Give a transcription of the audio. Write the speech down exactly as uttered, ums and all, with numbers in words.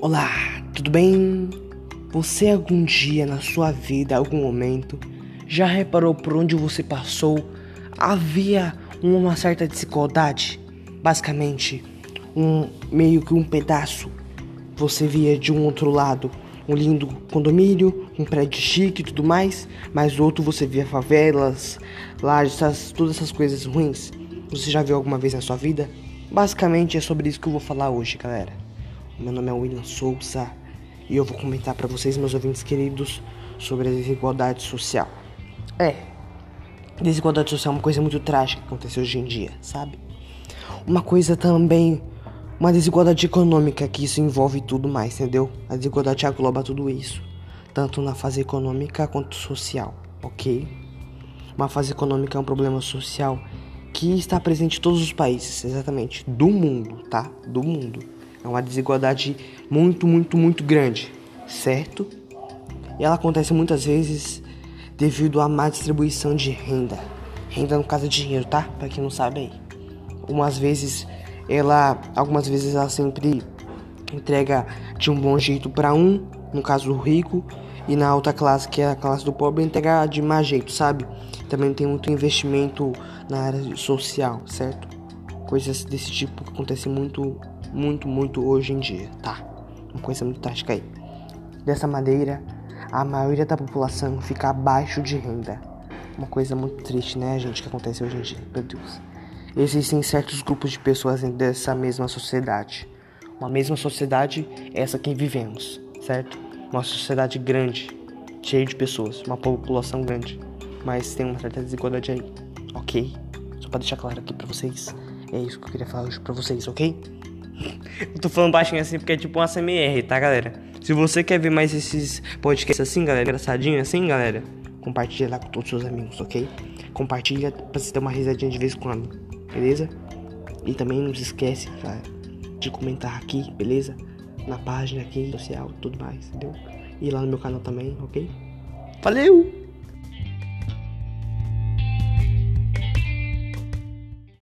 Olá, tudo bem? Você algum dia na sua vida, algum momento, já reparou por onde você passou? Havia uma certa desigualdade? Basicamente, um meio que um pedaço. Você via de um outro lado um lindo condomínio, um prédio chique e tudo mais, mas do outro você via favelas, lajes, todas essas coisas ruins. Você já viu alguma vez na sua vida? Basicamente é sobre isso que eu vou falar hoje, galera. Meu nome é William Souza e eu vou comentar para vocês, meus ouvintes queridos, sobre a desigualdade social. É, desigualdade social é uma coisa muito trágica que acontece hoje em dia, sabe? Uma coisa também, uma desigualdade econômica, que isso envolve tudo mais, entendeu? A desigualdade engloba tudo isso, tanto na fase econômica quanto social, ok? Uma fase econômica é um problema social que está presente em todos os países, exatamente, do mundo, tá? Do mundo. É uma desigualdade muito, muito, muito grande, certo? E ela acontece muitas vezes devido à má distribuição de renda. Renda no caso é dinheiro, tá? Pra quem não sabe aí. Algumas vezes ela, algumas vezes ela sempre entrega de um bom jeito para um, no caso o rico, e na outra classe, que é a classe do pobre, entrega de má jeito, sabe? Também tem muito investimento na área social, certo? Coisas desse tipo que acontecem muito, muito, muito hoje em dia, tá? Uma coisa muito trágica aí. Dessa maneira, a maioria da população fica abaixo de renda. Uma coisa muito triste, né, gente, que acontece hoje em dia, meu Deus. Existem certos grupos de pessoas dessa mesma sociedade. Uma mesma sociedade é essa que vivemos, certo? Uma sociedade grande, cheia de pessoas, uma população grande, mas tem uma certa desigualdade aí, ok? Só pra deixar claro aqui pra vocês, é isso que eu queria falar hoje pra vocês, ok? Eu tô falando baixinho assim porque é tipo um A S M R, tá, galera? Se você quer ver mais esses podcasts assim, galera, engraçadinho assim, galera, compartilha lá com todos os seus amigos, ok? Compartilha pra você ter uma risadinha de vez em quando, beleza? E também não se esquece, cara, de comentar aqui, beleza? Na página aqui, social, tudo mais, entendeu? E lá no meu canal também, ok? Valeu!